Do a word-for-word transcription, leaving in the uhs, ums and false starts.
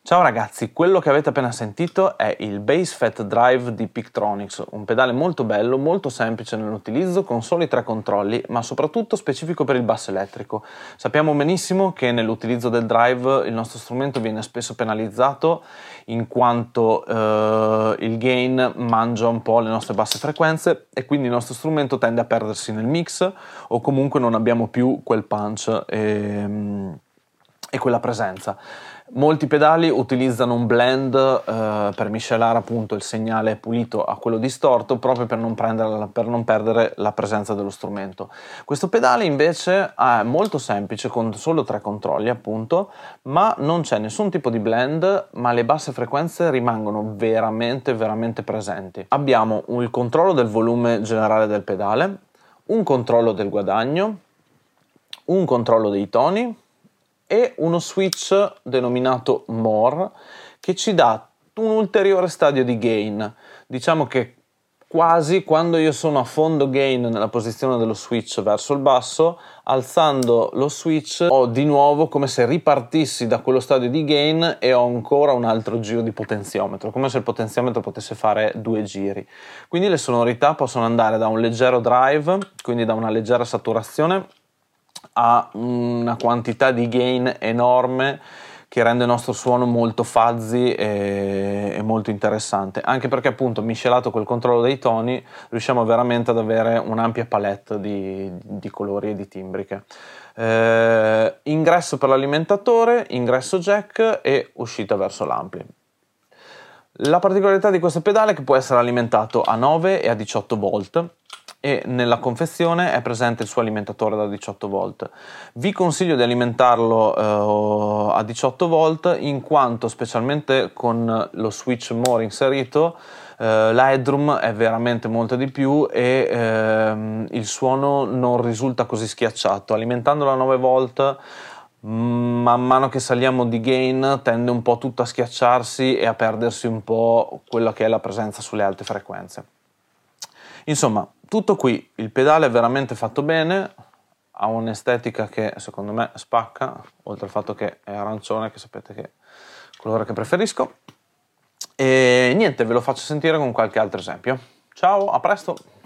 Ciao ragazzi, quello che avete appena sentito è il Bass Fat Drive di Pictronics, un pedale molto bello, molto semplice nell'utilizzo, con soli tre controlli, ma soprattutto specifico per il basso elettrico. Sappiamo benissimo che nell'utilizzo del drive il nostro strumento viene spesso penalizzato in quanto eh, il gain mangia un po' le nostre basse frequenze e quindi il nostro strumento tende a perdersi nel mix o comunque non abbiamo più quel punch e, e quella presenza. Molti pedali utilizzano un blend eh, per miscelare appunto il segnale pulito a quello distorto proprio per non, prendere, per non perdere la presenza dello strumento. Questo pedale invece è molto semplice con solo tre controlli appunto, ma non c'è nessun tipo di blend, ma le basse frequenze rimangono veramente veramente presenti. Abbiamo il controllo del volume generale del pedale, un controllo del guadagno, un controllo dei toni e uno switch denominato More che ci dà un ulteriore stadio di gain. Diciamo che quasi quando io sono a fondo gain nella posizione dello switch verso il basso, alzando lo switch ho di nuovo come se ripartissi da quello stadio di gain e ho ancora un altro giro di potenziometro, come se il potenziometro potesse fare due giri. Quindi le sonorità possono andare da un leggero drive, quindi da una leggera saturazione, ha una quantità di gain enorme che rende il nostro suono molto fuzzy e, e molto interessante, anche perché appunto miscelato col controllo dei toni riusciamo veramente ad avere un'ampia palette di, di colori e di timbriche. Eh, ingresso per l'alimentatore, ingresso jack e uscita verso l'ampli. La particolarità di questo pedale è che può essere alimentato a nove e a diciotto volt e nella confezione è presente il suo alimentatore da diciotto volt. Vi consiglio di alimentarlo eh, a diciotto volt in quanto, specialmente con lo switch More inserito, eh, la headroom è veramente molto di più e ehm, il suono non risulta così schiacciato. Alimentandolo a nove volt, man mano che saliamo di gain tende un po' tutto a schiacciarsi e a perdersi un po' quella che è la presenza sulle alte frequenze. Insomma, tutto qui, il pedale è veramente fatto bene, ha un'estetica che secondo me spacca, oltre al fatto che è arancione, che sapete che è il colore che preferisco. E niente, ve lo faccio sentire con qualche altro esempio. Ciao, a presto!